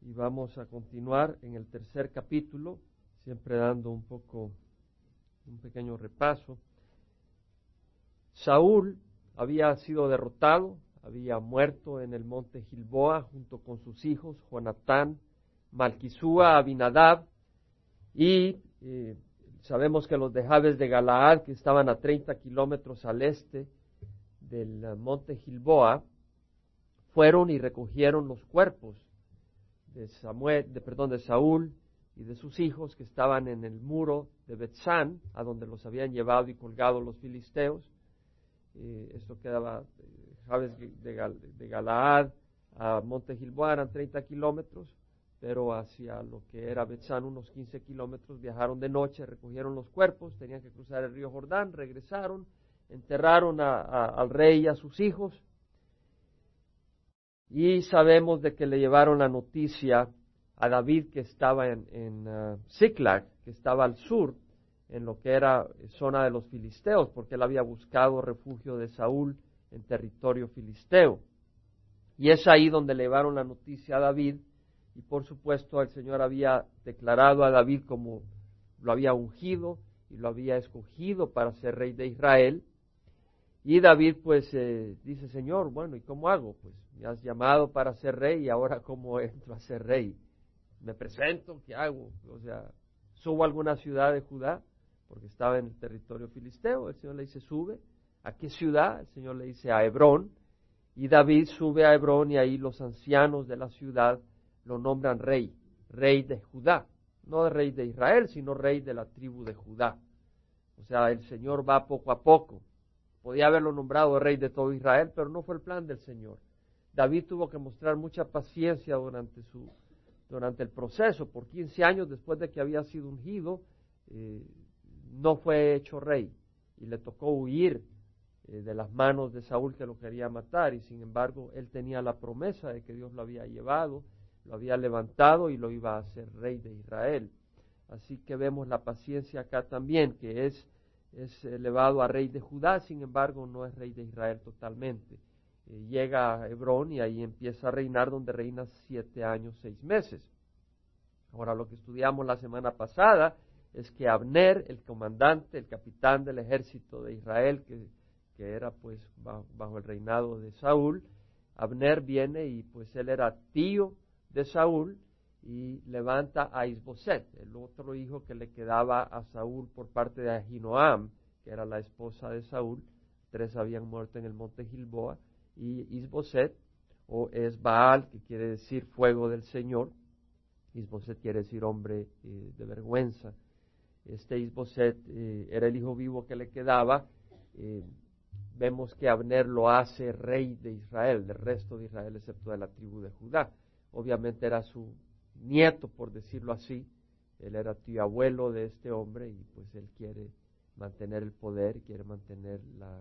y vamos a continuar en el tercer capítulo, siempre dando un pequeño repaso. Saúl había sido derrotado, había muerto en el monte Gilboa junto con sus hijos, Jonatán, Malquisúa, Abinadab, y sabemos que los de Jabes de Galaad, que estaban a 30 kilómetros al este del monte Gilboa, fueron y recogieron los cuerpos de Saúl y de sus hijos que estaban en el muro de Betzán, a donde los habían llevado y colgado los filisteos. Esto quedaba Jabes de Galaad a monte Gilboa, eran 30 kilómetros, pero hacia lo que era Betzán, unos 15 kilómetros. Viajaron de noche, recogieron los cuerpos, tenían que cruzar el río Jordán, regresaron, enterraron al rey y a sus hijos, y sabemos de que le llevaron la noticia a David, que estaba en Ziklag, que estaba al sur, en lo que era zona de los filisteos, porque él había buscado refugio de Saúl en territorio filisteo. Y es ahí donde le llevaron la noticia a David, y por supuesto el Señor había declarado a David como lo había ungido y lo había escogido para ser rey de Israel. Y David pues dice: Señor, bueno, ¿y cómo hago? Pues me has llamado para ser rey, y ahora ¿cómo entro a ser rey? ¿Me presento? ¿Qué hago? O sea, ¿subo a alguna ciudad de Judá? Porque estaba en el territorio filisteo. El Señor le dice: sube. ¿A qué ciudad? El Señor le dice: a Hebrón. Y David sube a Hebrón, y ahí los ancianos de la ciudad lo nombran rey de Judá. No rey de Israel, sino rey de la tribu de Judá. O sea, el Señor va poco a poco. Podía haberlo nombrado rey de todo Israel, pero no fue el plan del Señor. David tuvo que mostrar mucha paciencia durante el proceso. Por 15 años después de que había sido ungido, no fue hecho rey, y le tocó huir de las manos de Saúl, que lo quería matar, y sin embargo él tenía la promesa de que Dios lo había llevado, lo había levantado y lo iba a hacer rey de Israel. Así que vemos la paciencia acá también, que es elevado a rey de Judá, sin embargo no es rey de Israel totalmente. Llega a Hebrón y ahí empieza a reinar, donde reina 7 años, 6 meses. Ahora, lo que estudiamos la semana pasada es que Abner, el comandante, el capitán del ejército de Israel, que era pues bajo el reinado de Saúl, Abner viene y pues él era tío de Saúl, y levanta a Isboset, el otro hijo que le quedaba a Saúl por parte de Ahinoam, que era la esposa de Saúl. 3 habían muerto en el monte Gilboa, y Isboset, o Esbaal, que quiere decir fuego del Señor. Isboset quiere decir hombre de vergüenza. Este Isboset era el hijo vivo que le quedaba. Vemos que Abner lo hace rey de Israel, del resto de Israel, excepto de la tribu de Judá. Obviamente era su nieto, por decirlo así. Él era tío abuelo de este hombre, y pues él quiere mantener el poder, quiere mantener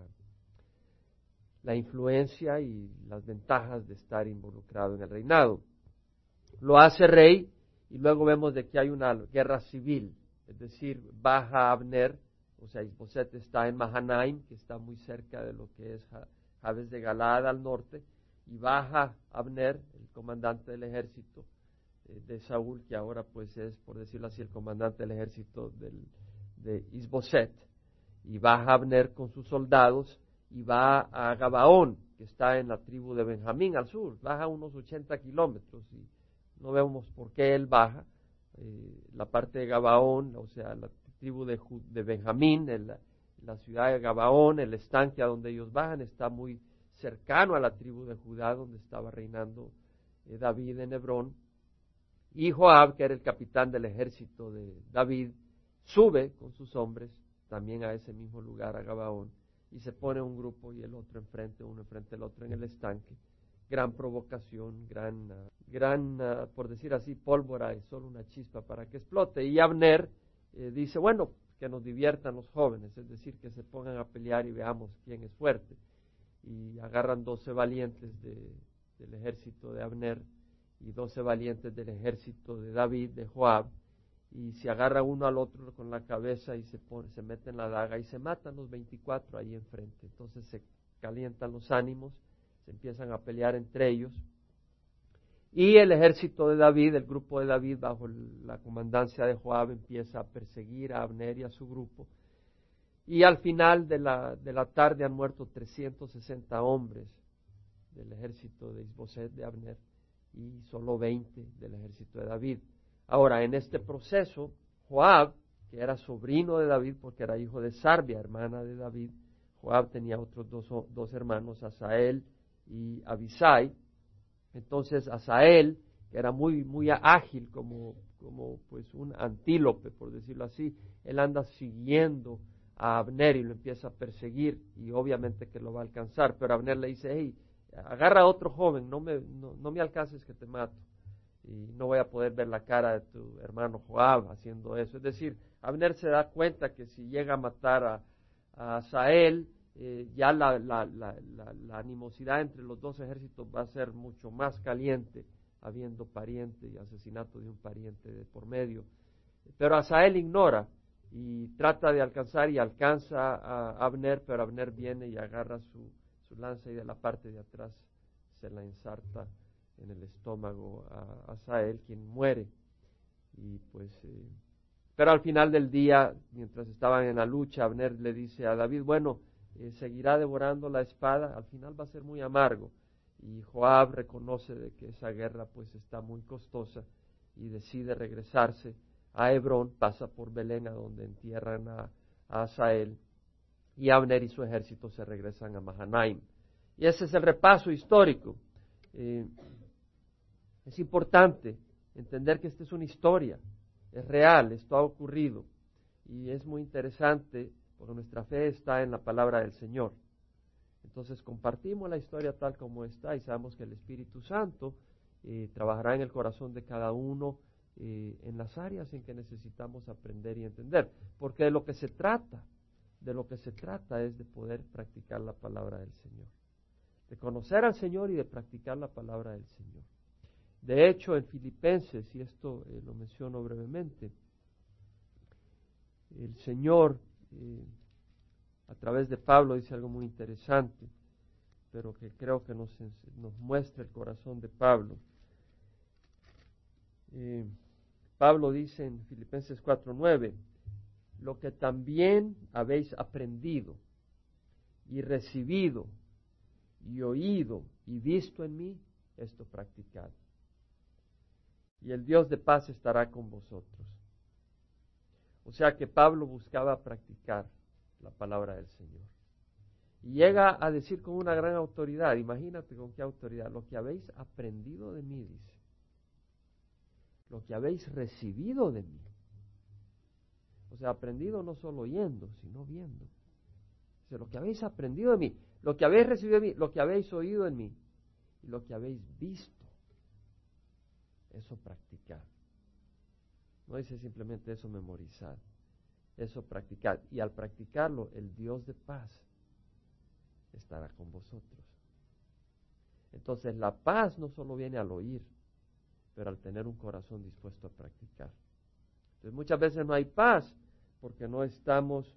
la influencia y las ventajas de estar involucrado en el reinado. Lo hace rey, y luego vemos de que hay una guerra civil, es decir, baja Abner. O sea, Isboset está en Mahanaim, que está muy cerca de lo que es Jabes de Galaad al norte, y baja Abner, el comandante del ejército de Saúl, que ahora pues es, por decirlo así, el comandante del ejército de Isboset, y baja Abner con sus soldados y va a Gabaón, que está en la tribu de Benjamín al sur. Baja unos 80 kilómetros, y no vemos por qué él baja. La parte de Gabaón, o sea, la tribu de Benjamín, la ciudad de Gabaón, el estanque a donde ellos bajan, está muy cercano a la tribu de Judá, donde estaba reinando David en Hebrón. Y Joab, que era el capitán del ejército de David, sube con sus hombres también a ese mismo lugar, a Gabaón, y se pone un grupo y el otro enfrente, uno enfrente del otro en el estanque. Gran provocación, gran, por decir así, pólvora, y solo una chispa para que explote. Y Abner dice: bueno, que nos diviertan los jóvenes, es decir, que se pongan a pelear y veamos quién es fuerte. Y agarran 12 valientes del ejército de Abner y 12 valientes del ejército de David, de Joab, y se agarra uno al otro con la cabeza y se meten la daga y se matan los 24 ahí enfrente. Entonces se calientan los ánimos, se empiezan a pelear entre ellos, Y el ejército de David, el grupo de David, bajo la comandancia de Joab, empieza a perseguir a Abner y a su grupo. Y al final de la tarde han muerto 360 hombres del ejército de Isboset de Abner y solo 20 del ejército de David. Ahora, en este proceso, Joab, que era sobrino de David porque era hijo de Sarbia, hermana de David, Joab tenía otros dos hermanos, Asael y Abisai. Entonces Asael, que era muy ágil como pues un antílope, por decirlo así, él anda siguiendo a Abner y lo empieza a perseguir y obviamente que lo va a alcanzar, pero Abner le dice, hey, agarra a otro joven, no me alcances que te mato y no voy a poder ver la cara de tu hermano Joab haciendo eso. Es decir, Abner se da cuenta que si llega a matar a Asael, ya la animosidad entre los dos ejércitos va a ser mucho más caliente, habiendo pariente y asesinato de un pariente de por medio. Pero Asael ignora y trata de alcanzar y alcanza a Abner, pero Abner viene y agarra su lanza y de la parte de atrás se la ensarta en el estómago a Asael, quien muere. Y pues, pero al final del día, mientras estaban en la lucha, Abner le dice a David, bueno, seguirá devorando la espada, al final va a ser muy amargo. Y Joab reconoce de que esa guerra pues está muy costosa y decide regresarse a Hebrón, pasa por Belén, a donde entierran a Asael, y Abner y su ejército se regresan a Mahanaim. Y ese es el repaso histórico. Es importante entender que esta es una historia, es real, esto ha ocurrido, y es muy interesante porque nuestra fe está en la palabra del Señor. Entonces compartimos la historia tal como está y sabemos que el Espíritu Santo trabajará en el corazón de cada uno en las áreas en que necesitamos aprender y entender, porque de lo que se trata es de poder practicar la palabra del Señor, de conocer al Señor y de practicar la palabra del Señor. De hecho, en Filipenses, y esto lo menciono brevemente, el Señor a través de Pablo dice algo muy interesante, pero que creo que nos muestra el corazón de Pablo. Pablo dice en Filipenses 4:9, lo que también habéis aprendido y recibido y oído y visto en mí, esto practicad. Y el Dios de paz estará con vosotros. O sea que Pablo buscaba practicar la palabra del Señor. Y llega a decir con una gran autoridad, imagínate con qué autoridad, lo que habéis aprendido de mí, dice. Lo que habéis recibido de mí. O sea, aprendido no solo oyendo, sino viendo. Dice, lo que habéis aprendido de mí, lo que habéis recibido de mí, lo que habéis oído en mí, y lo que habéis visto, eso practicad. No dice simplemente eso memorizar, eso practicad. Y al practicarlo, el Dios de paz estará con vosotros. Entonces la paz no solo viene al oír, pero al tener un corazón dispuesto a practicar. Entonces muchas veces no hay paz porque no estamos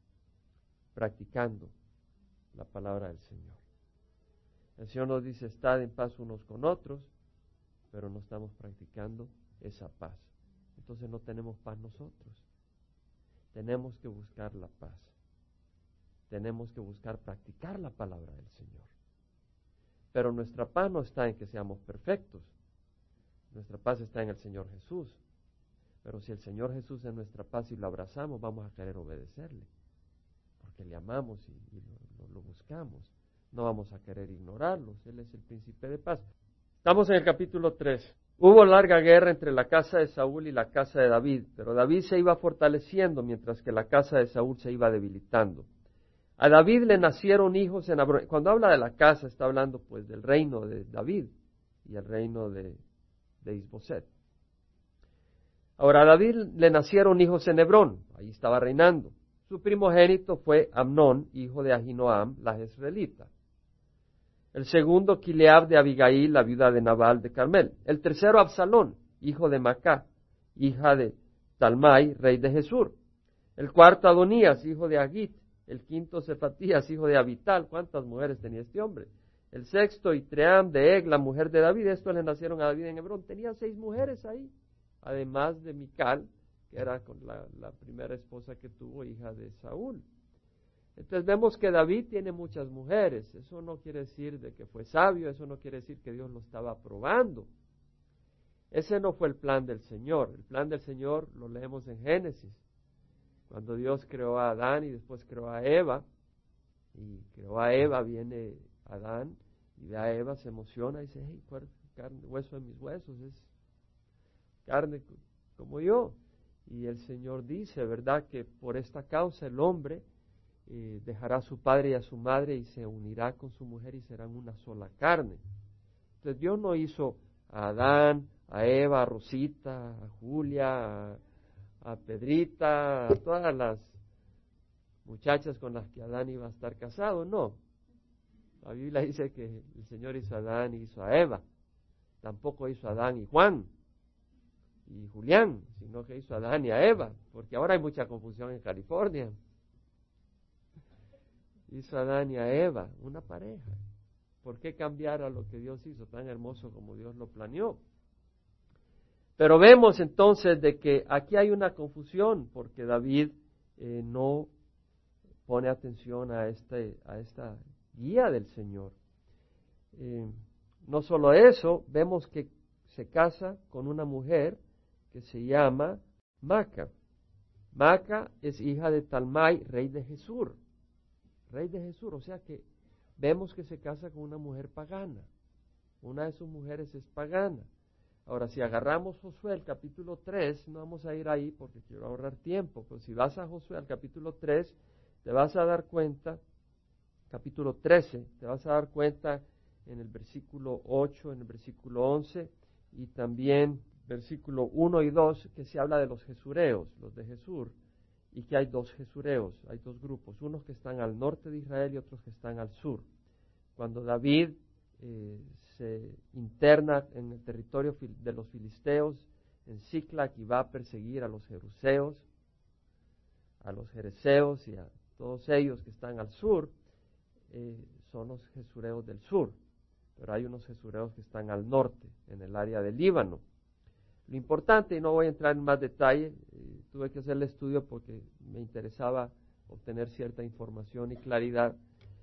practicando la palabra del Señor. El Señor nos dice, estad en paz unos con otros, pero no estamos practicando esa paz. Entonces no tenemos paz nosotros. Tenemos que buscar la paz. Tenemos que buscar practicar la palabra del Señor. Pero nuestra paz no está en que seamos perfectos. Nuestra paz está en el Señor Jesús. Pero si el Señor Jesús es nuestra paz y lo abrazamos, vamos a querer obedecerle. Porque le amamos y lo buscamos. No vamos a querer ignorarlo. Él es el príncipe de paz. Estamos en el capítulo 3. Hubo larga guerra entre la casa de Saúl y la casa de David, pero David se iba fortaleciendo mientras que la casa de Saúl se iba debilitando. A David le nacieron hijos en Hebrón. Cuando habla de la casa, está hablando pues del reino de David y el reino de Isboset. Ahora a David le nacieron hijos en Hebrón, ahí estaba reinando. Su primogénito fue Amnón, hijo de Ahinoam, la jezreelita. El segundo, Kileab de Abigail, la viuda de Nabal de Carmel. El tercero, Absalón, hijo de Macá, hija de Talmai, rey de Jesur. El cuarto, Adonías, hijo de Agit. El quinto, Cefatías, hijo de Abital. ¿Cuántas mujeres tenía este hombre? El sexto, Itream de Eg, la mujer de David. Estos le nacieron a David en Hebrón. Tenía 6 mujeres ahí, además de Mical, que era con la primera esposa que tuvo, hija de Saúl. Entonces vemos que David tiene muchas mujeres. Eso no quiere decir de que fue sabio, eso no quiere decir que Dios lo estaba probando. Ese no fue el plan del Señor. El plan del Señor lo leemos en Génesis, cuando Dios creó a Adán y después creó a Eva. Y creó a Eva, viene Adán y ve a Eva, se emociona y dice, hey, carne, hueso de mis huesos, es carne como yo. Y el Señor dice, ¿verdad?, que por esta causa el hombre dejará a su padre y a su madre y se unirá con su mujer y serán una sola carne. Entonces Dios no hizo a Adán, a Eva, a Rosita, a Julia, a Pedrita, a todas las muchachas con las que Adán iba a estar casado, no. La Biblia dice que el Señor hizo a Adán y hizo a Eva. Tampoco hizo a Adán y Juan y Julián, sino que hizo a Adán y a Eva, porque ahora hay mucha confusión en California. Hizo a Adán y a Eva, una pareja. ¿Por qué cambiar a lo que Dios hizo tan hermoso como Dios lo planeó? Pero vemos entonces de que aquí hay una confusión, porque David no pone atención a esta guía del Señor. No solo eso, vemos que se casa con una mujer que se llama Maca. Maca es hija de Talmai, rey de Jesur. Rey de Jesur, o sea que vemos que se casa con una mujer pagana. Una de sus mujeres es pagana. Ahora, si agarramos Josué, el capítulo 3, no vamos a ir ahí porque quiero ahorrar tiempo, pero si vas a Josué, al capítulo 3, te vas a dar cuenta, capítulo 13, te vas a dar cuenta en el versículo 8, en el versículo 11 y también versículo 1 y 2, que se habla de los jesureos, los de Jesur, y que hay 2 jesureos, hay 2 grupos, unos que están al norte de Israel y otros que están al sur. Cuando David se interna en el territorio de los filisteos, en Siclag, y va a perseguir a los jeruseos, a los jereseos y a todos ellos que están al sur, son los jesureos del sur, pero hay unos jesureos que están al norte, en el área del Líbano. Lo importante, y no voy a entrar en más detalle, tuve que hacer el estudio porque me interesaba obtener cierta información y claridad.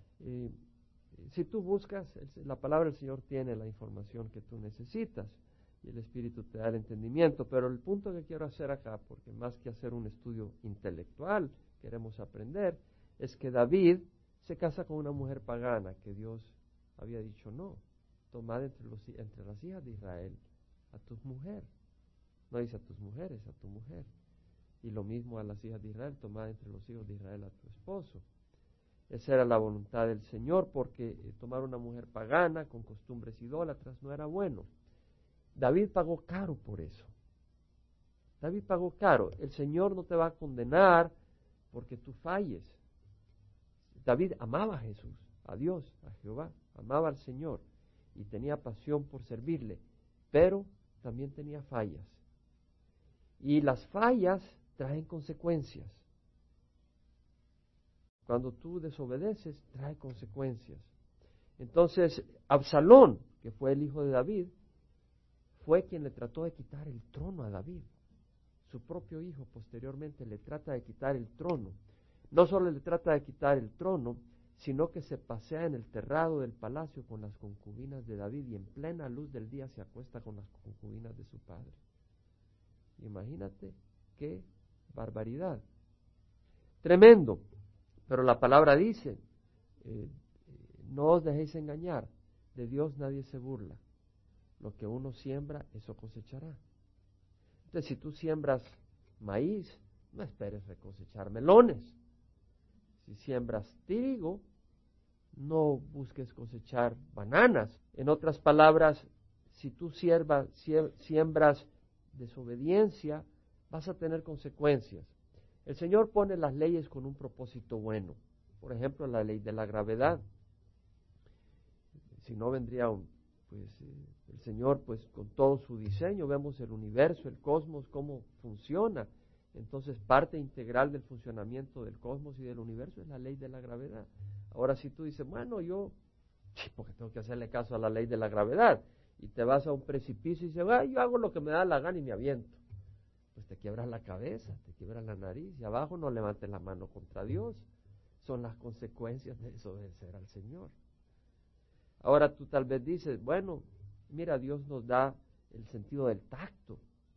Si tú buscas, la palabra del Señor tiene la información que tú necesitas y el Espíritu te da el entendimiento, pero el punto que quiero hacer acá, porque más que hacer un estudio intelectual, queremos aprender, es que David se casa con una mujer pagana, que Dios había dicho, no, tomad entre las hijas de Israel a tu mujer. No dice a tus mujeres, a tu mujer. Y lo mismo a las hijas de Israel, tomad entre los hijos de Israel a tu esposo. Esa era la voluntad del Señor, porque tomar una mujer pagana con costumbres idólatras no era bueno. David pagó caro por eso. David pagó caro. El Señor no te va a condenar porque tú falles. David amaba a Jesús, a Dios, a Jehová, amaba al Señor y tenía pasión por servirle, pero también tenía fallas. Y las fallas traen consecuencias. Cuando tú desobedeces, trae consecuencias. Entonces, Absalón, que fue el hijo de David, fue quien le trató de quitar el trono a David. Su propio hijo posteriormente le trata de quitar el trono. No solo le trata de quitar el trono, sino que se pasea en el terrado del palacio con las concubinas de David y en plena luz del día se acuesta con las concubinas de su padre. Imagínate qué barbaridad. Tremendo. Pero la palabra dice, no os dejéis engañar, de Dios nadie se burla. Lo que uno siembra, eso cosechará. Entonces, si tú siembras maíz, no esperes cosechar melones. Si siembras trigo, no busques cosechar bananas. En otras palabras, si tú siembras desobediencia, vas a tener consecuencias. El Señor pone las leyes con un propósito bueno. Por ejemplo, la ley de la gravedad. Si no vendría el Señor, pues con todo su diseño, vemos el universo, el cosmos, cómo funciona. Entonces, parte integral del funcionamiento del cosmos y del universo es la ley de la gravedad. Ahora, si tú dices, bueno, yo Sí, porque tengo que hacerle caso a la ley de la gravedad. Y te vas a un precipicio y dices, yo hago lo que me da la gana y me aviento. Pues te quiebras la cabeza, te quiebras la nariz, y abajo no levantes la mano contra Dios. Son las consecuencias de desobedecer al Señor. Ahora tú tal vez dices, bueno, mira, Dios nos da el sentido del tacto.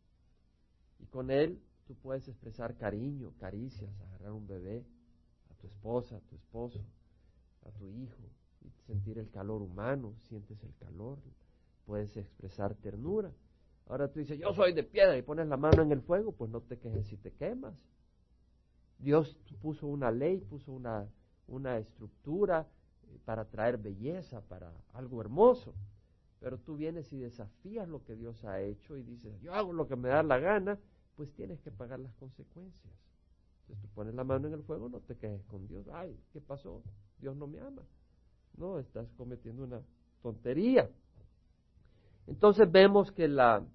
Y con Él tú puedes expresar cariño, caricias, agarrar un bebé, a tu esposa, a tu esposo, a tu hijo, y sentir el calor humano, sientes el calor, puedes expresar ternura. Ahora tú dices, yo soy de piedra, y pones la mano en el fuego, pues no te quejes si te quemas. Dios puso una ley, puso una estructura para traer belleza, para algo hermoso. Pero tú vienes y desafías lo que Dios ha hecho y dices, yo hago lo que me da la gana, pues tienes que pagar las consecuencias. Entonces tú pones la mano en el fuego, no te quejes con Dios. Ay, ¿qué pasó? Dios no me ama. No, estás cometiendo una tontería. Entonces vemos que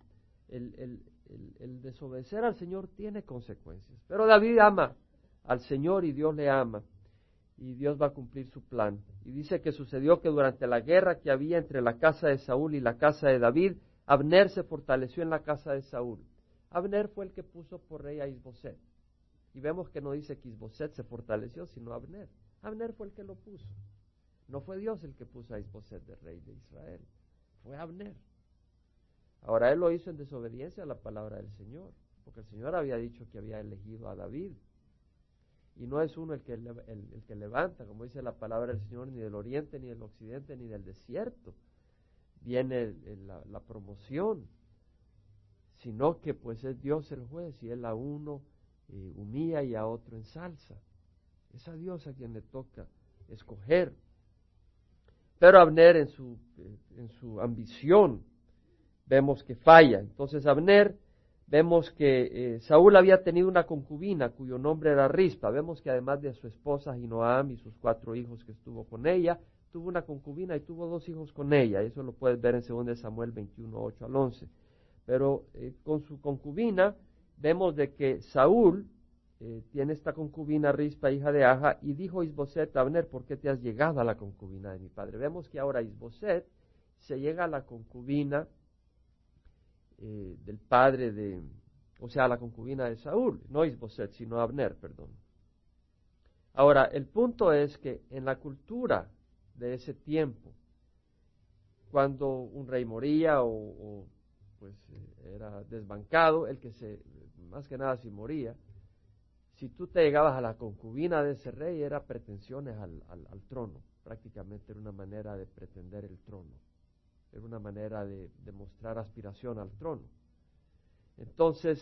el desobedecer al Señor tiene consecuencias. Pero David ama al Señor y Dios le ama. Y Dios va a cumplir su plan. Y dice que sucedió que durante la guerra que había entre la casa de Saúl y la casa de David, Abner se fortaleció en la casa de Saúl. Abner fue el que puso por rey a Isboset. Y vemos que no dice que Isboset se fortaleció, sino Abner. Abner fue el que lo puso. No fue Dios el que puso a Isboset de rey de Israel. Fue Abner. Ahora él lo hizo en desobediencia a la palabra del Señor, porque el Señor había dicho que había elegido a David. Y no es uno el que levanta, como dice la palabra del Señor, ni del oriente, ni del occidente, ni del desierto. Viene la promoción, sino que pues es Dios el juez, y Él a uno humilla y a otro ensalza. Es a Dios a quien le toca escoger. Pero Abner en su ambición vemos que falla. Entonces Abner, vemos que Saúl había tenido una concubina cuyo nombre era Rispa. Vemos que además de su esposa Ahinoam y sus 4 hijos que estuvo con ella, tuvo una concubina y tuvo 2 hijos con ella. Eso lo puedes ver en 2 Samuel 21, 8 al 11. Pero con su concubina vemos de que Saúl tiene esta concubina Rispa, hija de Aja, y dijo Isboset a Abner, ¿por qué te has llegado a la concubina de mi padre? Vemos que ahora Isboset se llega a la concubina del padre o sea, la concubina de Saúl, no Isboset, sino Abner, perdón. Ahora, el punto es que en la cultura de ese tiempo, cuando un rey moría pues era desbancado, más que nada si moría, si tú te llegabas a la concubina de ese rey, era pretensiones al trono, prácticamente era una manera de pretender el trono. Era una manera de demostrar aspiración al trono. Entonces,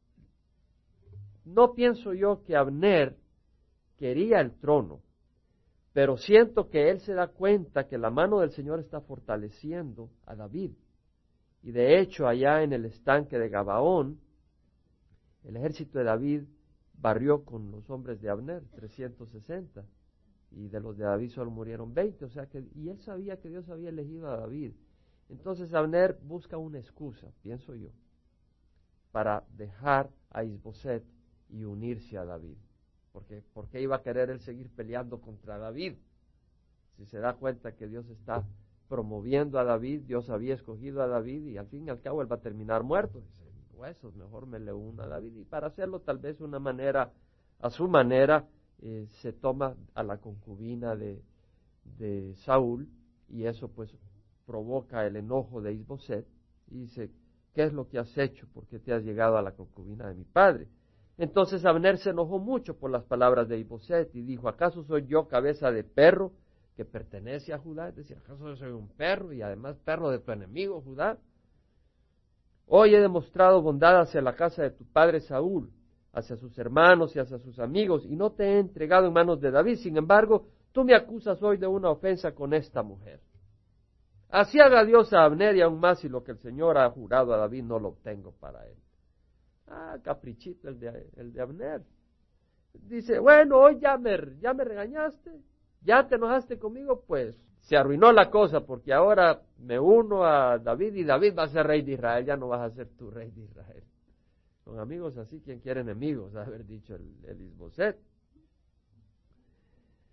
no pienso yo que Abner quería el trono, pero siento que él se da cuenta que la mano del Señor está fortaleciendo a David. Y de hecho, allá en el estanque de Gabaón, el ejército de David barrió con los hombres de Abner, 360, y de los de David solo murieron 20, y él sabía que Dios había elegido a David. Entonces Abner busca una excusa, pienso yo, para dejar a Isboset y unirse a David. Porque ¿por qué iba a querer él seguir peleando contra David? Si se da cuenta que Dios está promoviendo a David, Dios había escogido a David y al fin y al cabo él va a terminar muerto. Dice, huesos, mejor me le uno a David. Y para hacerlo tal vez a su manera, se toma a la concubina de Saúl y eso pues provoca el enojo de Isboset y dice, ¿qué es lo que has hecho? ¿Por qué te has llegado a la concubina de mi padre? Entonces Abner se enojó mucho por las palabras de Isboset y dijo, ¿acaso soy yo cabeza de perro que pertenece a Judá? Es decir, ¿acaso yo soy un perro y además perro de tu enemigo Judá? Hoy he demostrado bondad hacia la casa de tu padre Saúl, hacia sus hermanos y hacia sus amigos, y no te he entregado en manos de David. Sin embargo, tú me acusas hoy de una ofensa con esta mujer. Así haga Dios a Abner y aún más si lo que el Señor ha jurado a David no lo obtengo para él. Caprichito el de Abner. Dice, bueno, hoy ya me regañaste, ya te enojaste conmigo, pues se arruinó la cosa porque ahora me uno a David y David va a ser rey de Israel, ya no vas a ser tú rey de Israel. Con amigos así, ¿quién quiere enemigos? Haber dicho el Isboset.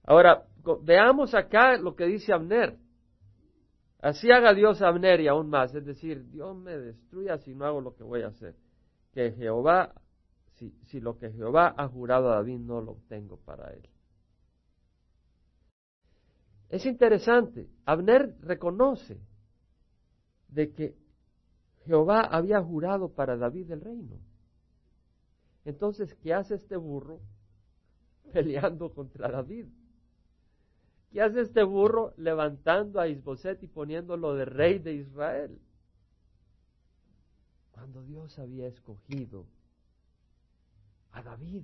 Ahora, veamos acá lo que dice Abner. Así haga Dios a Abner y aún más, es decir, Dios me destruya si no hago lo que voy a hacer. Que Jehová, si lo que Jehová ha jurado a David no lo obtengo para él. Es interesante, Abner reconoce de que Jehová había jurado para David el reino. Entonces, ¿qué hace este burro peleando contra David? ¿Qué hace este burro levantando a Isboset y poniéndolo de rey de Israel? Cuando Dios había escogido a David.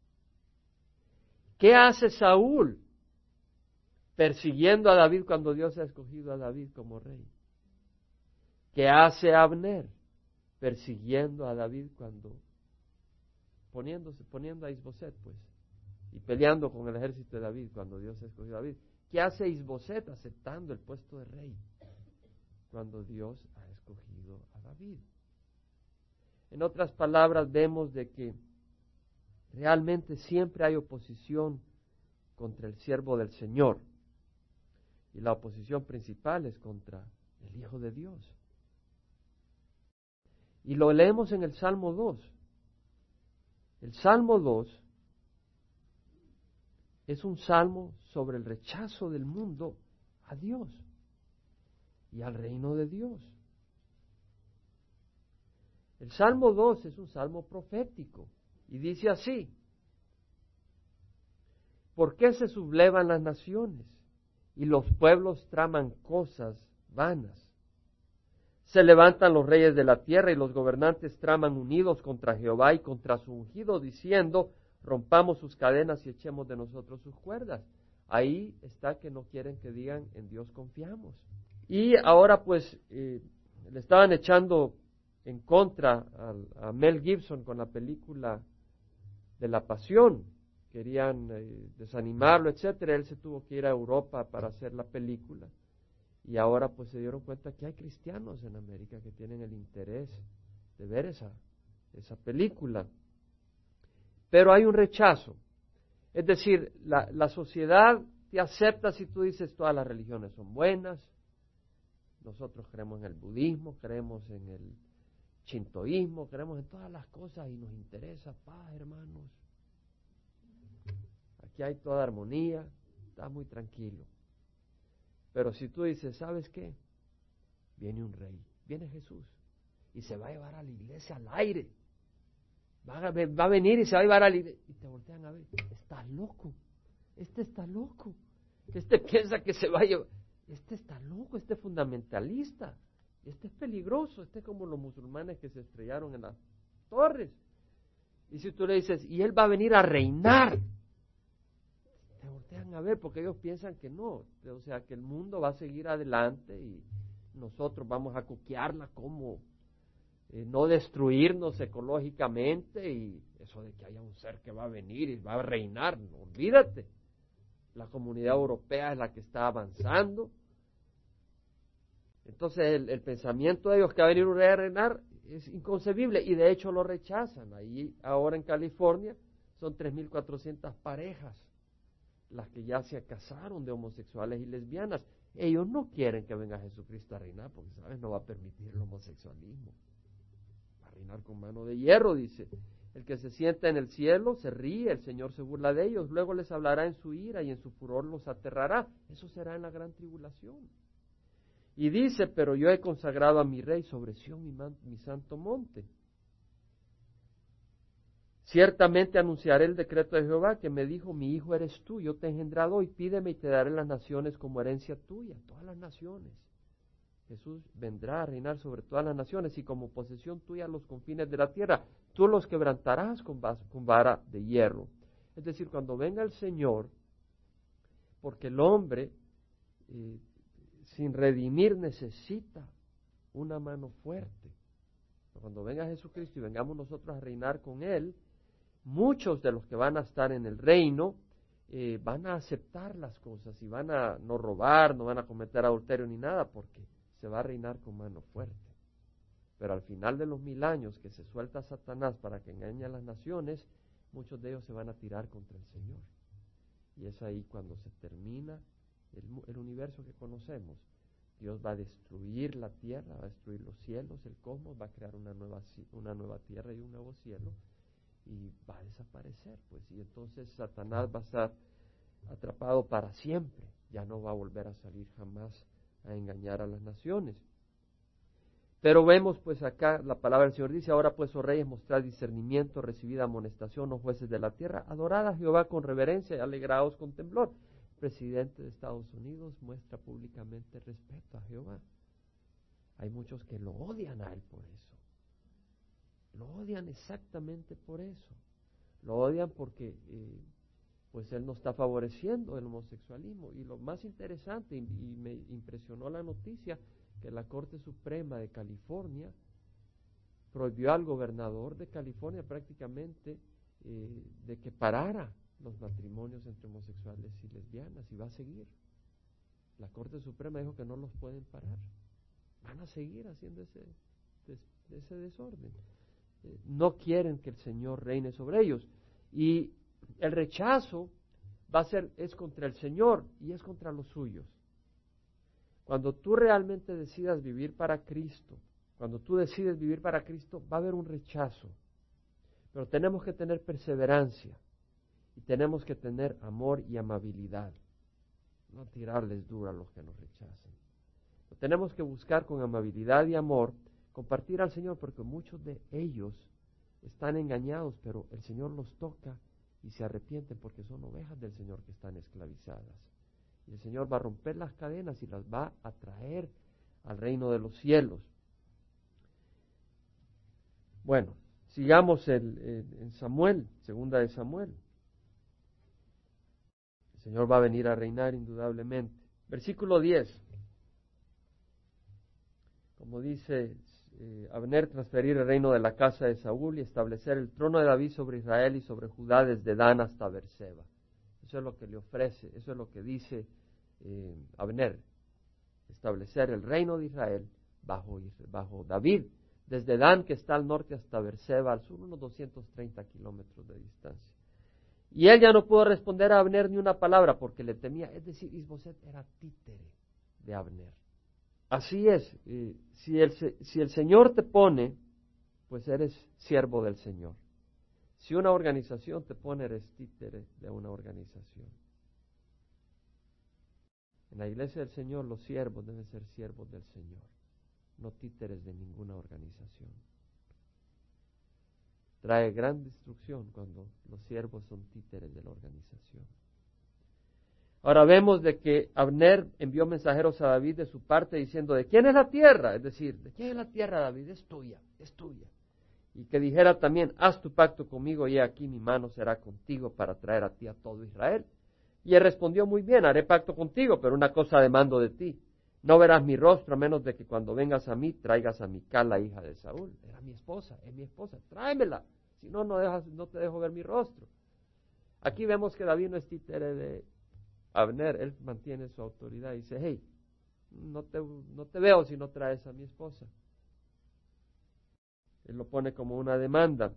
¿Qué hace Saúl persiguiendo a David cuando Dios ha escogido a David como rey? ¿Qué hace Abner persiguiendo a David cuando poniendo a Isboset, pues, y peleando con el ejército de David cuando Dios ha escogido a David? ¿Qué hace Isboset aceptando el puesto de rey cuando Dios ha escogido a David? En otras palabras, vemos de que realmente siempre hay oposición contra el siervo del Señor. Y la oposición principal es contra el Hijo de Dios. Y lo leemos en el Salmo 2. El Salmo 2 es un salmo sobre el rechazo del mundo a Dios y al reino de Dios. El Salmo 2 es un salmo profético y dice así: ¿por qué se sublevan las naciones y los pueblos traman cosas vanas? Se levantan los reyes de la tierra y los gobernantes traman unidos contra Jehová y contra su ungido, diciendo: rompamos sus cadenas y echemos de nosotros sus cuerdas. Ahí está que no quieren que digan en Dios confiamos. Y ahora pues le estaban echando en contra a Mel Gibson con la película de La Pasión. Querían desanimarlo, etcétera. Él se tuvo que ir a Europa para hacer la película. Y ahora pues se dieron cuenta que hay cristianos en América que tienen el interés de ver esa película. Pero hay un rechazo. Es decir, la sociedad te acepta si tú dices todas las religiones son buenas. Nosotros creemos en el budismo, creemos en el shintoísmo, creemos en todas las cosas y nos interesa paz, hermanos. Aquí hay toda armonía, está muy tranquilo. Pero si tú dices, ¿sabes qué? Viene un rey, viene Jesús y se va a llevar a la iglesia al aire. Va a venir y se va a llevar a la iglesia. Y te voltean a ver, estás loco, este está loco, este piensa que se va a llevar, este está loco, este es fundamentalista, este es peligroso, este es como los musulmanes que se estrellaron en las torres. Y si tú le dices, y él va a venir a reinar, te voltean a ver porque ellos piensan que no, o sea, que el mundo va a seguir adelante y nosotros vamos a coquearla como no destruirnos ecológicamente, y eso de que haya un ser que va a venir y va a reinar, no, olvídate. La comunidad europea es la que está avanzando. Entonces el pensamiento de ellos que va a venir un rey a reinar es inconcebible y de hecho lo rechazan. Ahí ahora en California son 3.400 parejas las que ya se casaron de homosexuales y lesbianas. Ellos no quieren que venga Jesucristo a reinar porque, ¿sabes?, no va a permitir el homosexualismo. Va a reinar con mano de hierro, dice. El que se sienta en el cielo se ríe, el Señor se burla de ellos, luego les hablará en su ira y en su furor los aterrará. Eso será en la gran tribulación. Y dice, pero yo he consagrado a mi rey sobre Sión, mi santo monte. Ciertamente anunciaré el decreto de Jehová que me dijo, mi hijo eres tú, yo te he engendrado hoy, pídeme y te daré las naciones como herencia tuya, todas las naciones. Jesús vendrá a reinar sobre todas las naciones y como posesión tuya los confines de la tierra, tú los quebrantarás con vara de hierro. Es decir, cuando venga el Señor, porque el hombre sin redimir necesita una mano fuerte. Cuando venga Jesucristo y vengamos nosotros a reinar con Él, muchos de los que van a estar en el reino van a aceptar las cosas y van a no robar, no van a cometer adulterio ni nada, porque se va a reinar con mano fuerte. Pero al final de los 1000 años que se suelta Satanás para que engañe a las naciones, muchos de ellos se van a tirar contra el Señor. Y es ahí cuando se termina el universo que conocemos. Dios va a destruir la tierra, va a destruir los cielos, el cosmos, va a crear una nueva tierra y un nuevo cielo, y va a desaparecer, pues, y entonces Satanás va a estar atrapado para siempre, ya no va a volver a salir jamás a engañar a las naciones. Pero vemos pues acá la palabra del Señor dice, ahora pues, oh reyes, mostrad discernimiento, recibid amonestación, oh jueces de la tierra, adorad a Jehová con reverencia y alegraos con temblor. El presidente de Estados Unidos muestra públicamente respeto a Jehová. Hay muchos que lo odian a él por eso. Lo odian exactamente por eso. Lo odian porque pues él no está favoreciendo el homosexualismo. Y lo más interesante, y me impresionó la noticia, que la Corte Suprema de California prohibió al gobernador de California prácticamente de que parara los matrimonios entre homosexuales y lesbianas, y va a seguir. La Corte Suprema dijo que no los pueden parar. Van a seguir haciendo ese desorden. No quieren que el Señor reine sobre ellos. Y el rechazo es contra el Señor y es contra los suyos. Cuando tú realmente decidas vivir para Cristo, cuando tú decides vivir para Cristo, va a haber un rechazo. Pero tenemos que tener perseverancia y tenemos que tener amor y amabilidad. No tirarles duro a los que nos rechazan. Lo tenemos que buscar con amabilidad y amor, compartir al Señor, porque muchos de ellos están engañados, pero el Señor los toca y se arrepienten porque son ovejas del Señor que están esclavizadas. Y el Señor va a romper las cadenas y las va a traer al reino de los cielos. Bueno, sigamos en Samuel, segunda de Samuel. El Señor va a venir a reinar indudablemente. Versículo 10. Como dice Abner, transferir el reino de la casa de Saúl y establecer el trono de David sobre Israel y sobre Judá desde Dan hasta Berseba. Eso es lo que le ofrece, eso es lo que dice Abner, establecer el reino de Israel bajo David, desde Dan, que está al norte, hasta Berseba, al sur, unos 230 kilómetros de distancia. Y él ya no pudo responder a Abner ni una palabra porque le temía, es decir, Isboset era títere de Abner. Así es, si el Señor te pone, pues eres siervo del Señor. Si una organización te pone, eres títere de una organización. En la iglesia del Señor los siervos deben ser siervos del Señor, no títeres de ninguna organización. Trae gran destrucción cuando los siervos son títeres de la organización. Ahora vemos de que Abner envió mensajeros a David de su parte diciendo, ¿de quién es la tierra? Es decir, ¿de quién es la tierra, David? Es tuya, es tuya. Y que dijera también, haz tu pacto conmigo y aquí mi mano será contigo para traer a ti a todo Israel. Y él respondió, muy bien, haré pacto contigo, pero una cosa demando de ti. No verás mi rostro a menos de que cuando vengas a mí traigas a Mical, la hija de Saúl. Era mi esposa, es mi esposa, tráemela. Si no, no te dejo ver mi rostro. Aquí vemos que David no es títere de Abner, él mantiene su autoridad y dice, hey, no te veo si no traes a mi esposa. Él lo pone como una demanda.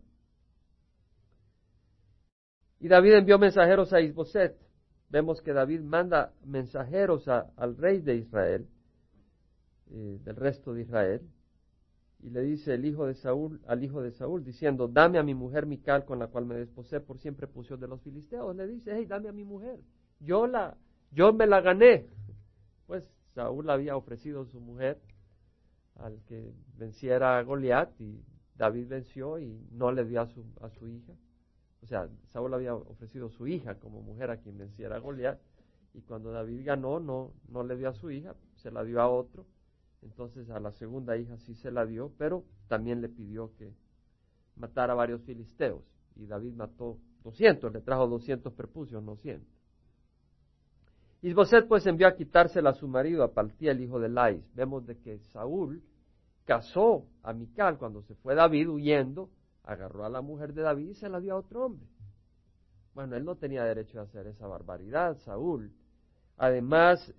Y David envió mensajeros a Isboset. Vemos que David manda mensajeros al rey de Israel, del resto de Israel, y le dice al hijo de Saúl, diciendo, dame a mi mujer Mical, con la cual me desposé por siempre pusión de los filisteos. Le dice, hey, dame a mi mujer. Yo me la gané. Pues Saúl había ofrecido su mujer al que venciera a Goliat, y David venció y no le dio a su hija. O sea, Saúl había ofrecido su hija como mujer a quien venciera a Goliat, y cuando David ganó no le dio a su hija, se la dio a otro. Entonces a la segunda hija sí se la dio, pero también le pidió que matara a varios filisteos, y David mató 200, le trajo 200 prepucios, no 100. Isboset pues envió a quitársela a su marido, a Paltiel, hijo de Lais. Vemos de que Saúl casó a Mical cuando se fue David huyendo, agarró a la mujer de David y se la dio a otro hombre. Bueno, él no tenía derecho a hacer esa barbaridad, Saúl. Además,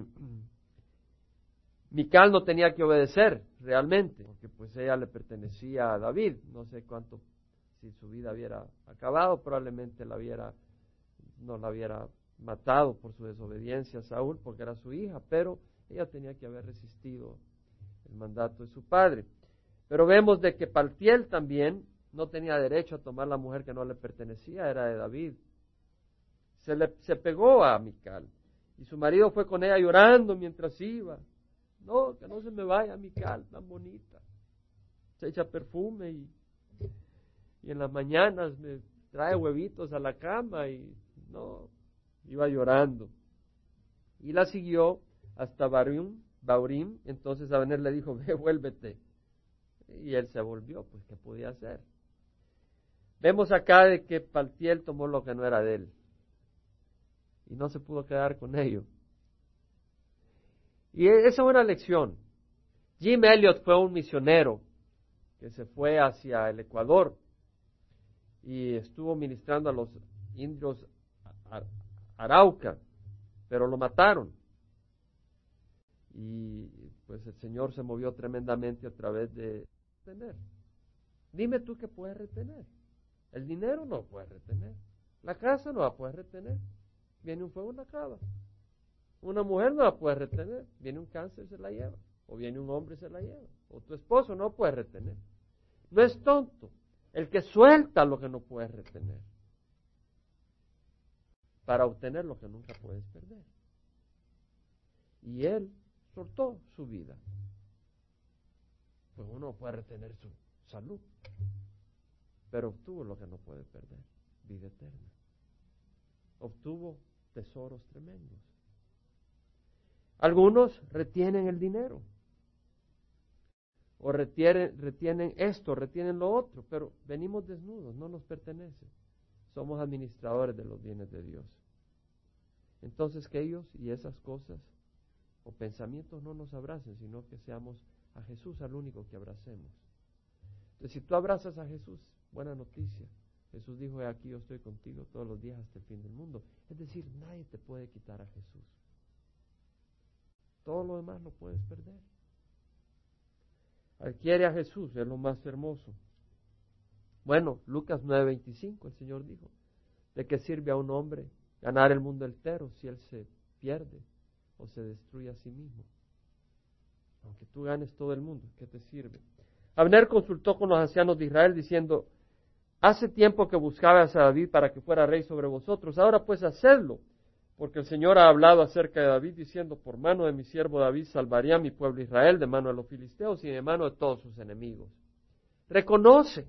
Mical no tenía que obedecer realmente, porque pues ella le pertenecía a David. No sé si su vida hubiera acabado, probablemente no la hubiera matado por su desobediencia a Saúl, porque era su hija, pero ella tenía que haber resistido el mandato de su padre. Pero vemos de que Paltiel también no tenía derecho a tomar la mujer que no le pertenecía, era de David. Se pegó a Mical, y su marido fue con ella llorando mientras iba. No, que no se me vaya Mical, tan bonita. Se echa perfume y en las mañanas me trae huevitos a la cama y no, iba llorando. Y la siguió hasta Baurim, entonces Abner le dijo, ve, vuélvete. Y él se volvió, pues, ¿qué podía hacer? Vemos acá de que Paltiel tomó lo que no era de él. Y no se pudo quedar con ello. Y esa es una lección. Jim Elliot fue un misionero que se fue hacia el Ecuador y estuvo ministrando a los indios Arauca, pero lo mataron. Y pues el Señor se movió tremendamente a través de retener. Dime tú qué puedes retener. El dinero no lo puedes retener. La casa no la puedes retener. Viene un fuego, la acaba. Una mujer no la puede retener. Viene un cáncer, se la lleva. O viene un hombre, se la lleva. O tu esposo no puede retener. No es tonto el que suelta lo que no puedes retener para obtener lo que nunca puedes perder. Y él soltó su vida. Pues uno puede retener su salud, pero obtuvo lo que no puede perder, vida eterna. Obtuvo tesoros tremendos. Algunos retienen el dinero, o retienen esto, retienen lo otro, pero venimos desnudos, no nos pertenece. Somos administradores de los bienes de Dios. Entonces que ellos y esas cosas o pensamientos no nos abracen, sino que seamos a Jesús al único que abracemos. Entonces, si tú abrazas a Jesús, buena noticia. Jesús dijo, aquí yo estoy contigo todos los días hasta el fin del mundo. Es decir, nadie te puede quitar a Jesús. Todo lo demás lo puedes perder. Adquiere a Jesús, es lo más hermoso. Bueno, Lucas 9:25, el Señor dijo, ¿de qué sirve a un hombre ganar el mundo entero si él se pierde o se destruye a sí mismo? Aunque tú ganes todo el mundo, ¿qué te sirve? Abner consultó con los ancianos de Israel diciendo, hace tiempo que buscabas a David para que fuera rey sobre vosotros, ahora pues hacedlo, porque el Señor ha hablado acerca de David diciendo, por mano de mi siervo David salvaría a mi pueblo Israel de mano de los filisteos y de mano de todos sus enemigos. Reconoce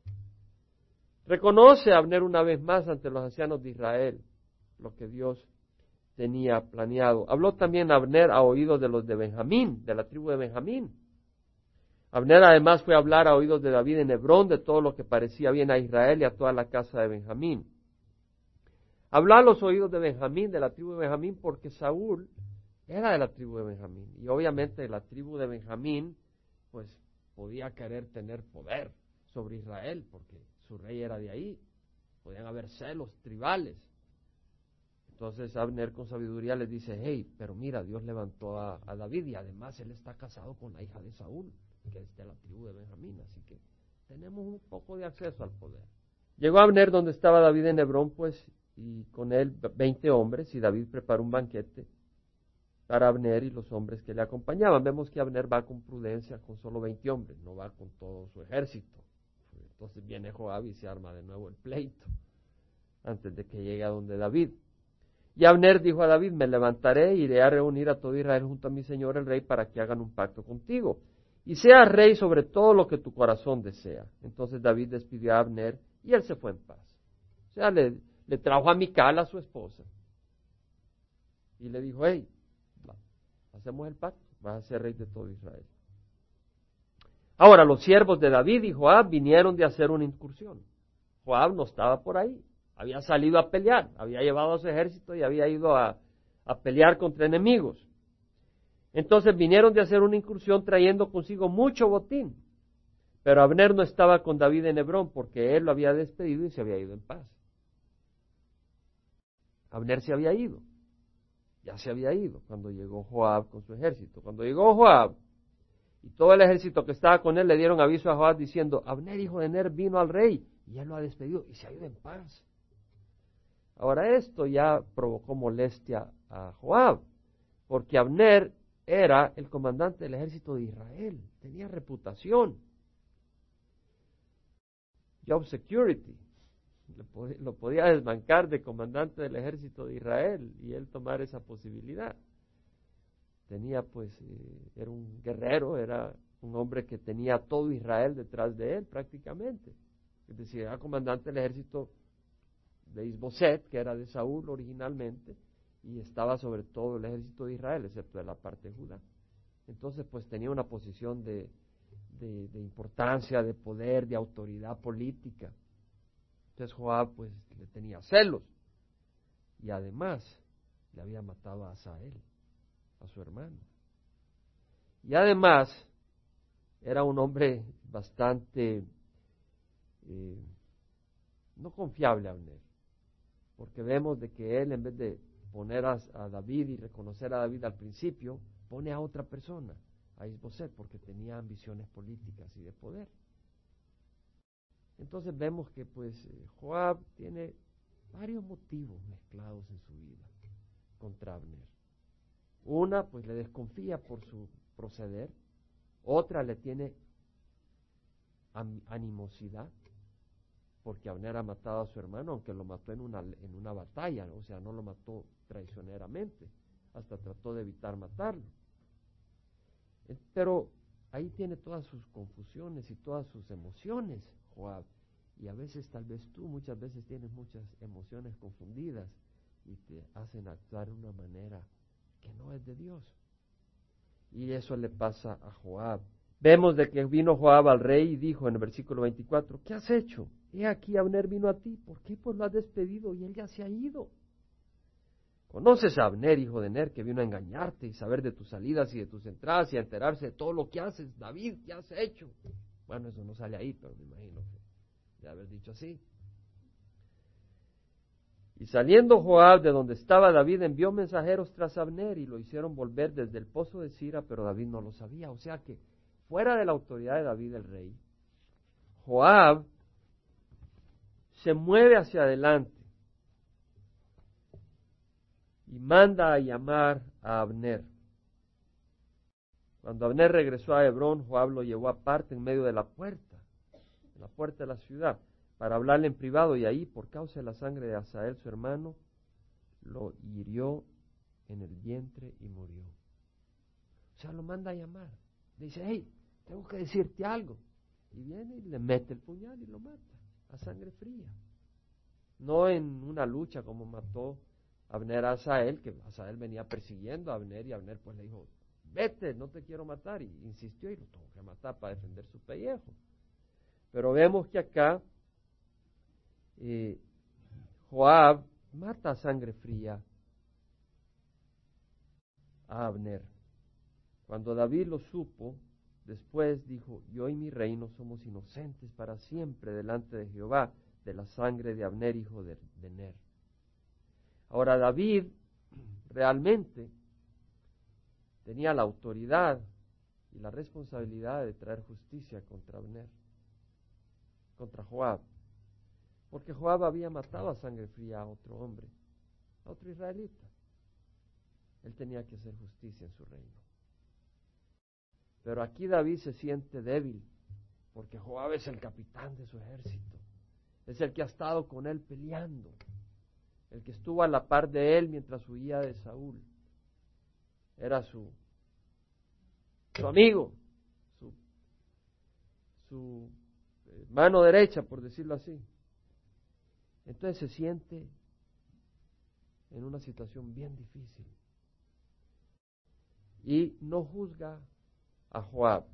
Abner una vez más ante los ancianos de Israel lo que Dios tenía planeado. Habló también Abner a oídos de los de Benjamín, de la tribu de Benjamín. Abner además fue a hablar a oídos de David en Hebrón de todo lo que parecía bien a Israel y a toda la casa de Benjamín. Habló a los oídos de Benjamín, de la tribu de Benjamín, porque Saúl era de la tribu de Benjamín. Y obviamente la tribu de Benjamín, pues, podía querer tener poder sobre Israel, porque su rey era de ahí. Podían haber celos tribales. Entonces Abner con sabiduría les dice, hey, pero mira, Dios levantó a David y además él está casado con la hija de Saúl, que es de la tribu de Benjamín, así que tenemos un poco de acceso al poder. Llegó Abner donde estaba David en Hebrón, pues, y con él 20 hombres, y David preparó un banquete para Abner y los hombres que le acompañaban. Vemos que Abner va con prudencia, con solo 20 hombres, no va con todo su ejército. Entonces viene Joab y se arma de nuevo el pleito, antes de que llegue a donde David. Y Abner dijo a David, me levantaré e iré a reunir a todo Israel junto a mi señor el rey para que hagan un pacto contigo. Y seas rey sobre todo lo que tu corazón desea. Entonces David despidió a Abner y él se fue en paz. O sea, le trajo a Mical, a su esposa, y le dijo, hey, hacemos el pacto, vas a ser rey de todo Israel. Ahora, los siervos de David y Joab vinieron de hacer una incursión. Joab no estaba por ahí, había salido a pelear, había llevado a su ejército y había ido a pelear contra enemigos. Entonces vinieron de hacer una incursión trayendo consigo mucho botín. Pero Abner no estaba con David en Hebrón porque él lo había despedido y se había ido en paz. Abner se había ido, ya se había ido cuando llegó Joab con su ejército. Cuando llegó Joab y todo el ejército que estaba con él le dieron aviso a Joab diciendo, Abner hijo de Ner vino al rey y él lo ha despedido y se ha ido en paz. Ahora esto ya provocó molestia a Joab, porque Abner era el comandante del ejército de Israel, tenía reputación, job security, lo podía desbancar de comandante del ejército de Israel y él tomar esa posibilidad. Tenía era un guerrero, era un hombre que tenía todo Israel detrás de él prácticamente. Es decir, era comandante del ejército de Isboset, que era de Saúl originalmente, y estaba sobre todo el ejército de Israel, excepto de la parte de Judá. Entonces, pues tenía una posición de importancia, de poder, de autoridad política. Entonces Joab, pues, le tenía celos. Y además, le había matado a Asael, a su hermano. Y además, era un hombre bastante no confiable, Abner, porque vemos de que él, en vez de poner a David y reconocer a David al principio, pone a otra persona, a Isboset, porque tenía ambiciones políticas y de poder. Entonces vemos que Joab tiene varios motivos mezclados en su vida contra Abner. Una, pues le desconfía por su proceder. Otra, le tiene animosidad, porque Abner ha matado a su hermano, aunque lo mató en una batalla, o sea, no lo mató traicioneramente, hasta trató de evitar matarlo. Pero ahí tiene todas sus confusiones y todas sus emociones, Joab. Y a veces, tal vez tú, muchas veces tienes muchas emociones confundidas y te hacen actuar de una manera que no es de Dios. Y eso le pasa a Joab. Vemos de que vino Joab al rey y dijo en el versículo 24, ¿qué has hecho? He aquí Abner vino a ti, ¿por qué pues lo has despedido y él ya se ha ido? ¿Conoces a Abner, hijo de Ner, que vino a engañarte y saber de tus salidas y de tus entradas y a enterarse de todo lo que haces? David, ¿qué has hecho? Bueno, eso no sale ahí, pero me imagino que de haber dicho así. Y saliendo Joab de donde estaba David, envió mensajeros tras Abner y lo hicieron volver desde el pozo de Sira, pero David no lo sabía. O sea que, fuera de la autoridad de David el rey, Joab se mueve hacia adelante y manda a llamar a Abner. Cuando Abner regresó a Hebrón, Joab lo llevó aparte en medio de la puerta de la ciudad, para hablarle en privado, y ahí, por causa de la sangre de Asael, su hermano, lo hirió en el vientre y murió. O sea, lo manda a llamar. Dice, hey, tengo que decirte algo. Y viene y le mete el puñal y lo mata, a sangre fría. No en una lucha como mató Abner a Asael, que Asael venía persiguiendo a Abner, y Abner pues le dijo, vete, no te quiero matar, y insistió y lo tuvo que matar para defender su pellejo. Pero vemos que acá Joab mata a sangre fría a Abner. Cuando David lo supo, después dijo, yo y mi reino somos inocentes para siempre delante de Jehová de la sangre de Abner, hijo de Ner. Ahora David realmente tenía la autoridad y la responsabilidad de traer justicia contra Abner, contra Joab, porque Joab había matado a sangre fría a otro hombre, a otro israelita. Él tenía que hacer justicia en su reino. Pero aquí David se siente débil, porque Joab es el capitán de su ejército, es el que ha estado con él peleando, el que estuvo a la par de él mientras huía de Saúl. Era su amigo, su mano derecha, por decirlo así. Entonces se siente en una situación bien difícil y no juzga a Joab,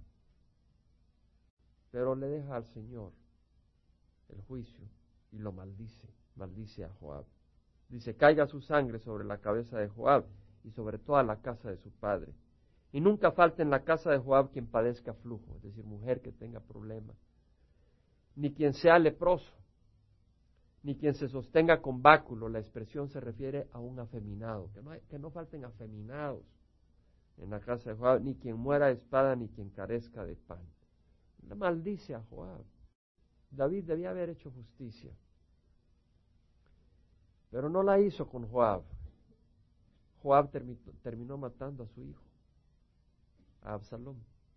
pero le deja al Señor el juicio y lo maldice a Joab. Dice, caiga su sangre sobre la cabeza de Joab y sobre toda la casa de su padre. Y nunca falte en la casa de Joab quien padezca flujo, es decir, mujer que tenga problemas, ni quien sea leproso, ni quien se sostenga con báculo. La expresión se refiere a un afeminado, que no falten afeminados en la casa de Joab, ni quien muera de espada, ni quien carezca de pan. Le maldice a Joab. David debía haber hecho justicia. Pero no la hizo con Joab. Joab terminó matando a su hijo, a Absalón.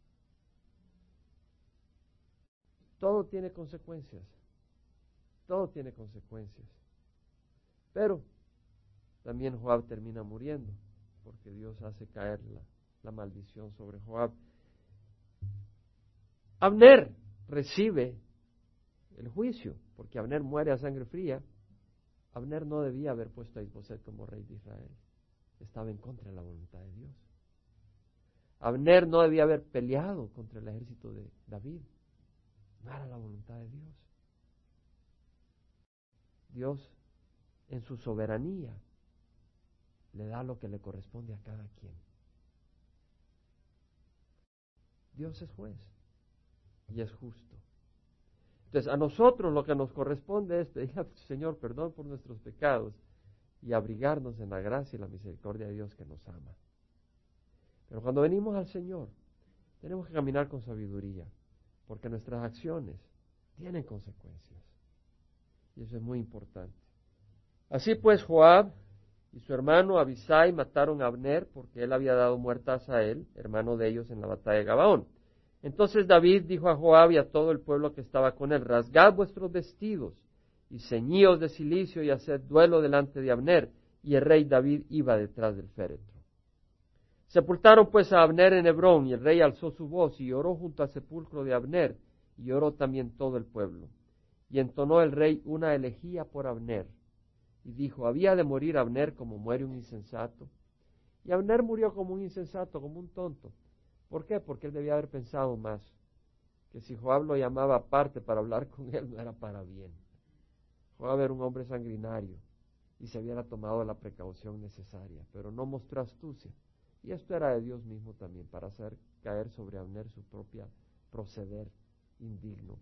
Todo tiene consecuencias. Todo tiene consecuencias. Pero también Joab termina muriendo, porque Dios hace caer la maldición sobre Joab. Abner recibe el juicio, porque Abner muere a sangre fría. Abner no debía haber puesto a Isboset como rey de Israel. Estaba en contra de la voluntad de Dios. Abner no debía haber peleado contra el ejército de David. No era la voluntad de Dios. Dios, en su soberanía, le da lo que le corresponde a cada quien. Dios es juez y es justo. Entonces, a nosotros lo que nos corresponde es pedir al Señor perdón por nuestros pecados y abrigarnos en la gracia y la misericordia de Dios que nos ama. Pero cuando venimos al Señor, tenemos que caminar con sabiduría, porque nuestras acciones tienen consecuencias. Y eso es muy importante. Así pues, Joab y su hermano Abisai mataron a Abner porque él había dado muerte a Asael, hermano de ellos, en la batalla de Gabaón. Entonces David dijo a Joab y a todo el pueblo que estaba con él: rasgad vuestros vestidos y ceñíos de cilicio y haced duelo delante de Abner. Y el rey David iba detrás del féretro. Sepultaron pues a Abner en Hebrón, y el rey alzó su voz y lloró junto al sepulcro de Abner, y lloró también todo el pueblo. Y entonó el rey una elegía por Abner, y dijo: había de morir Abner como muere un insensato. Y Abner murió como un insensato, como un tonto. ¿Por qué? Porque él debía haber pensado más, que si Joab lo llamaba aparte para hablar con él, no era para bien. Joab era un hombre sanguinario, y se hubiera tomado la precaución necesaria, pero no mostró astucia. Y esto era de Dios mismo también, para hacer caer sobre Abner su propia proceder indigno.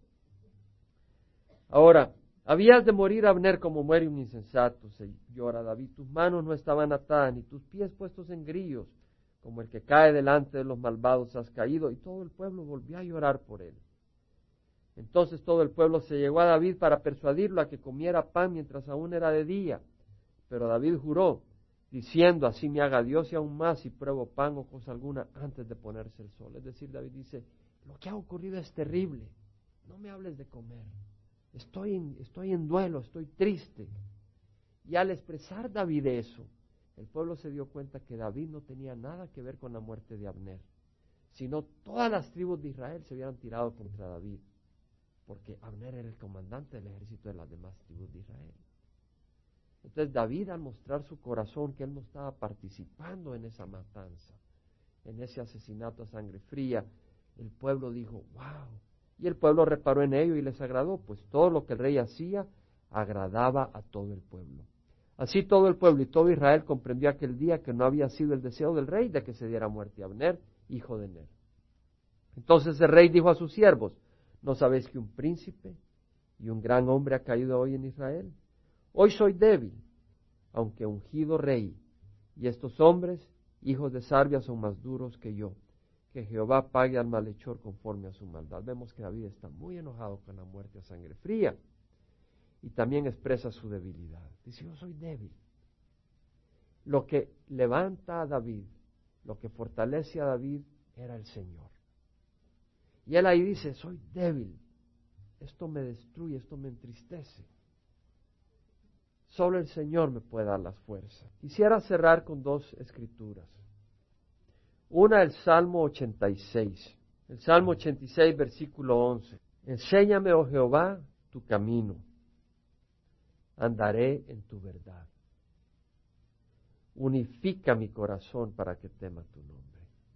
Ahora, habías de morir, Abner, como muere un insensato, se llora David. Tus manos no estaban atadas, ni tus pies puestos en grillos, como el que cae delante de los malvados has caído. Y todo el pueblo volvió a llorar por él. Entonces todo el pueblo se llegó a David para persuadirlo a que comiera pan mientras aún era de día. Pero David juró, diciendo: así me haga Dios y aún más si pruebo pan o cosa alguna antes de ponerse el sol. Es decir, David dice: lo que ha ocurrido es terrible, no me hables de comer, estoy en duelo, estoy triste. Y al expresar David eso, el pueblo se dio cuenta que David no tenía nada que ver con la muerte de Abner, sino todas las tribus de Israel se hubieran tirado contra David, porque Abner era el comandante del ejército de las demás tribus de Israel. Entonces David, al mostrar su corazón que él no estaba participando en esa matanza, en ese asesinato a sangre fría, el pueblo dijo: wow. Y el pueblo reparó en ello y les agradó, pues todo lo que el rey hacía agradaba a todo el pueblo. Así todo el pueblo y todo Israel comprendió aquel día que no había sido el deseo del rey de que se diera muerte a Abner, hijo de Ner. Entonces el rey dijo a sus siervos: ¿no sabéis que un príncipe y un gran hombre ha caído hoy en Israel? Hoy soy débil, aunque ungido rey, y estos hombres, hijos de Sarvia, son más duros que yo. Que Jehová pague al malhechor conforme a su maldad. Vemos que David está muy enojado con la muerte a sangre fría, y también expresa su debilidad. Dice: yo soy débil. Lo que levanta a David, lo que fortalece a David, era el Señor. Y él ahí dice: soy débil, esto me destruye, esto me entristece. Solo el Señor me puede dar las fuerzas. Quisiera cerrar con dos escrituras. Una, el Salmo 86. El Salmo 86, versículo 11. Enséñame, oh Jehová, tu camino. Andaré en tu verdad. Unifica mi corazón para que tema tu nombre.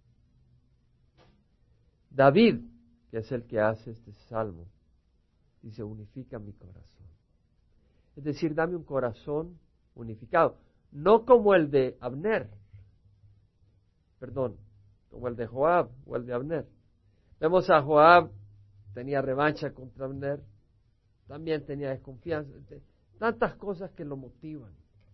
David, que es el que hace este salmo, dice: unifica mi corazón. Es decir, dame un corazón unificado, no como el de Abner, como el de Joab o el de Abner. Vemos a Joab, tenía revancha contra Abner, también tenía desconfianza, tantas cosas que lo motivan.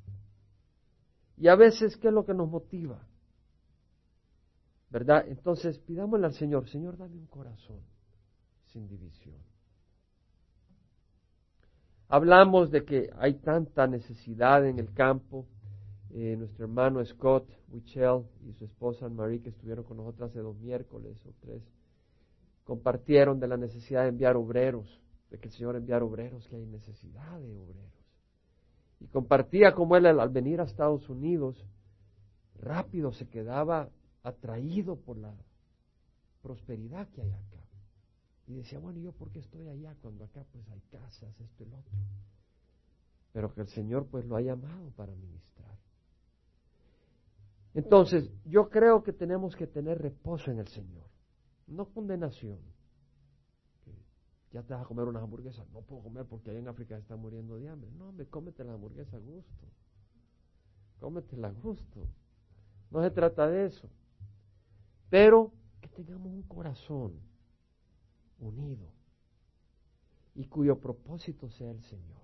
Y a veces, ¿qué es lo que nos motiva? ¿Verdad? Entonces, pidámosle al Señor: Señor, dame un corazón sin división. hablamos de que hay tanta necesidad en el campo. Nuestro hermano Scott Wichell y su esposa Marie, que estuvieron con nosotros hace 2 miércoles o 3, compartieron de la necesidad de enviar obreros, de que el Señor enviara obreros, que hay necesidad de obreros. Y compartía cómo él al venir a Estados Unidos, rápido se quedaba atraído por la prosperidad que hay acá. Y decía, bueno, ¿yo por qué estoy allá cuando acá pues hay casas, esto y lo otro? Pero que el Señor pues lo ha llamado para ministrar. Entonces, yo creo que tenemos que tener reposo en el Señor, no condenación. Ya te vas a comer unas hamburguesas, no puedo comer porque allá en África se está muriendo de hambre. No, hombre, cómete la hamburguesa a gusto. Cómetela a gusto. No se trata de eso. Pero que tengamos un corazón unido y cuyo propósito sea el Señor.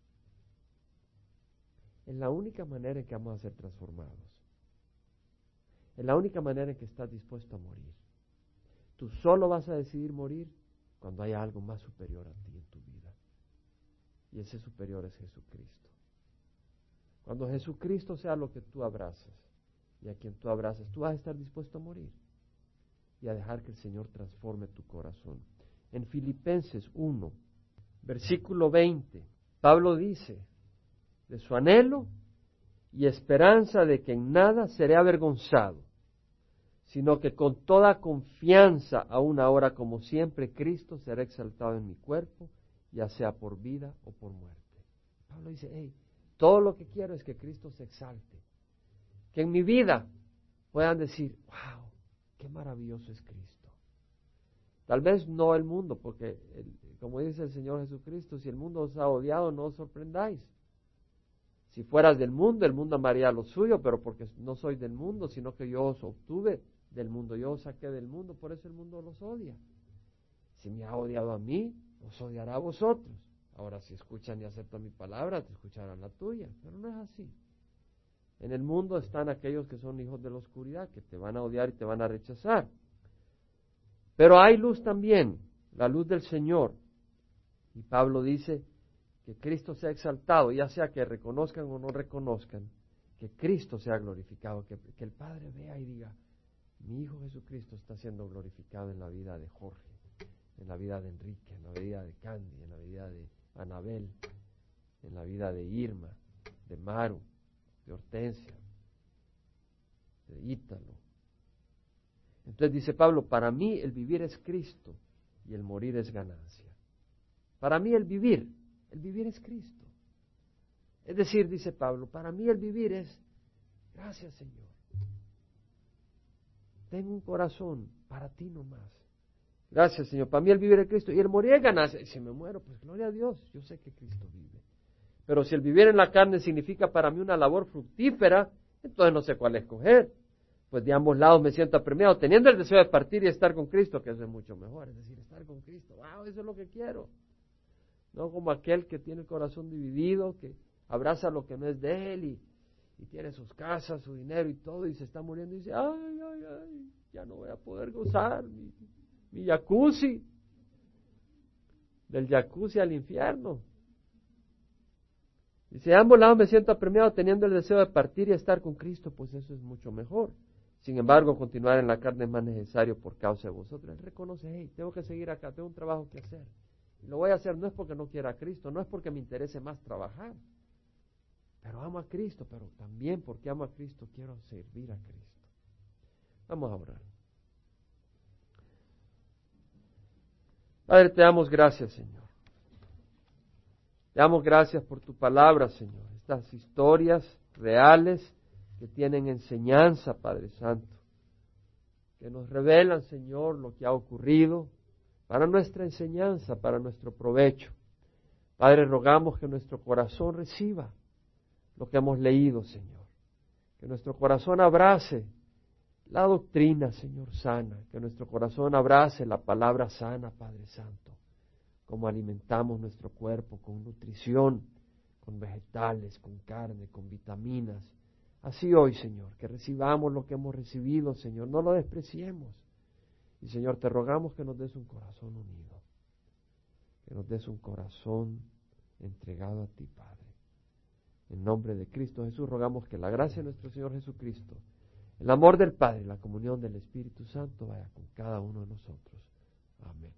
Es la única manera en que vamos a ser transformados. Es la única manera en que estás dispuesto a morir. Tú solo vas a decidir morir cuando haya algo más superior a ti en tu vida. Y ese superior es Jesucristo. Cuando Jesucristo sea lo que tú abrazas y a quien tú abrazas, tú vas a estar dispuesto a morir y a dejar que el Señor transforme tu corazón. En Filipenses 1, versículo 20, Pablo dice de su anhelo y esperanza de que en nada seré avergonzado, sino que con toda confianza, aún ahora como siempre, Cristo será exaltado en mi cuerpo, ya sea por vida o por muerte. Pablo dice, hey, todo lo que quiero es que Cristo se exalte, que en mi vida puedan decir, wow, qué maravilloso es Cristo. Tal vez no el mundo, porque como dice el Señor Jesucristo, si el mundo os ha odiado, no os sorprendáis. Si fueras del mundo, el mundo amaría lo suyo, pero porque no soy del mundo, sino que yo os obtuve del mundo, yo os saqué del mundo, por eso el mundo los odia. Si me ha odiado a mí, os odiará a vosotros. Ahora, si escuchan y aceptan mi palabra, te escucharán la tuya, pero no es así. En el mundo están aquellos que son hijos de la oscuridad, que te van a odiar y te van a rechazar. Pero hay luz también, la luz del Señor. Y Pablo dice que Cristo sea exaltado, ya sea que reconozcan o no reconozcan, que Cristo sea glorificado, que el Padre vea y diga, mi Hijo Jesucristo está siendo glorificado en la vida de Jorge, en la vida de Enrique, en la vida de Candy, en la vida de Anabel, en la vida de Irma, de Maru, de Hortensia, de Ítalo. Entonces dice Pablo, para mí el vivir es Cristo y el morir es ganancia. Para mí el vivir es Cristo. Es decir, dice Pablo, para mí el vivir es, gracias Señor. Tengo un corazón para ti nomás. Gracias Señor, para mí el vivir es Cristo y el morir es ganancia. Y si me muero, pues gloria a Dios, yo sé que Cristo vive. Pero si el vivir en la carne significa para mí una labor fructífera, entonces no sé cuál escoger. Pues de ambos lados me siento apremiado, teniendo el deseo de partir y estar con Cristo, que eso es mucho mejor, es decir, estar con Cristo, wow, eso es lo que quiero. No como aquel que tiene el corazón dividido, que abraza lo que no es de él y tiene sus casas, su dinero y todo, y se está muriendo y dice, ay, ya no voy a poder gozar mi jacuzzi, del jacuzzi al infierno. Dice, de ambos lados me siento apremiado teniendo el deseo de partir y estar con Cristo, pues eso es mucho mejor. Sin embargo, continuar en la carne es más necesario por causa de vosotros. Él reconoce, hey, tengo que seguir acá, tengo un trabajo que hacer. Y lo voy a hacer no es porque no quiera a Cristo, no es porque me interese más trabajar, pero amo a Cristo, pero también porque amo a Cristo quiero servir a Cristo. Vamos a orar. Padre, te damos gracias, Señor. Te damos gracias por tu palabra, Señor. Estas historias reales que tienen enseñanza, Padre Santo, que nos revelan, Señor, lo que ha ocurrido para nuestra enseñanza, para nuestro provecho. Padre, rogamos que nuestro corazón reciba lo que hemos leído, Señor. Que nuestro corazón abrace la doctrina, Señor, sana. Que nuestro corazón abrace la palabra sana, Padre Santo. Como alimentamos nuestro cuerpo con nutrición, con vegetales, con carne, con vitaminas. Así hoy, Señor, que recibamos lo que hemos recibido, Señor. No lo despreciemos. Y, Señor, te rogamos que nos des un corazón unido. Que nos des un corazón entregado a ti, Padre. En nombre de Cristo Jesús rogamos que la gracia de nuestro Señor Jesucristo, el amor del Padre y la comunión del Espíritu Santo vaya con cada uno de nosotros. Amén.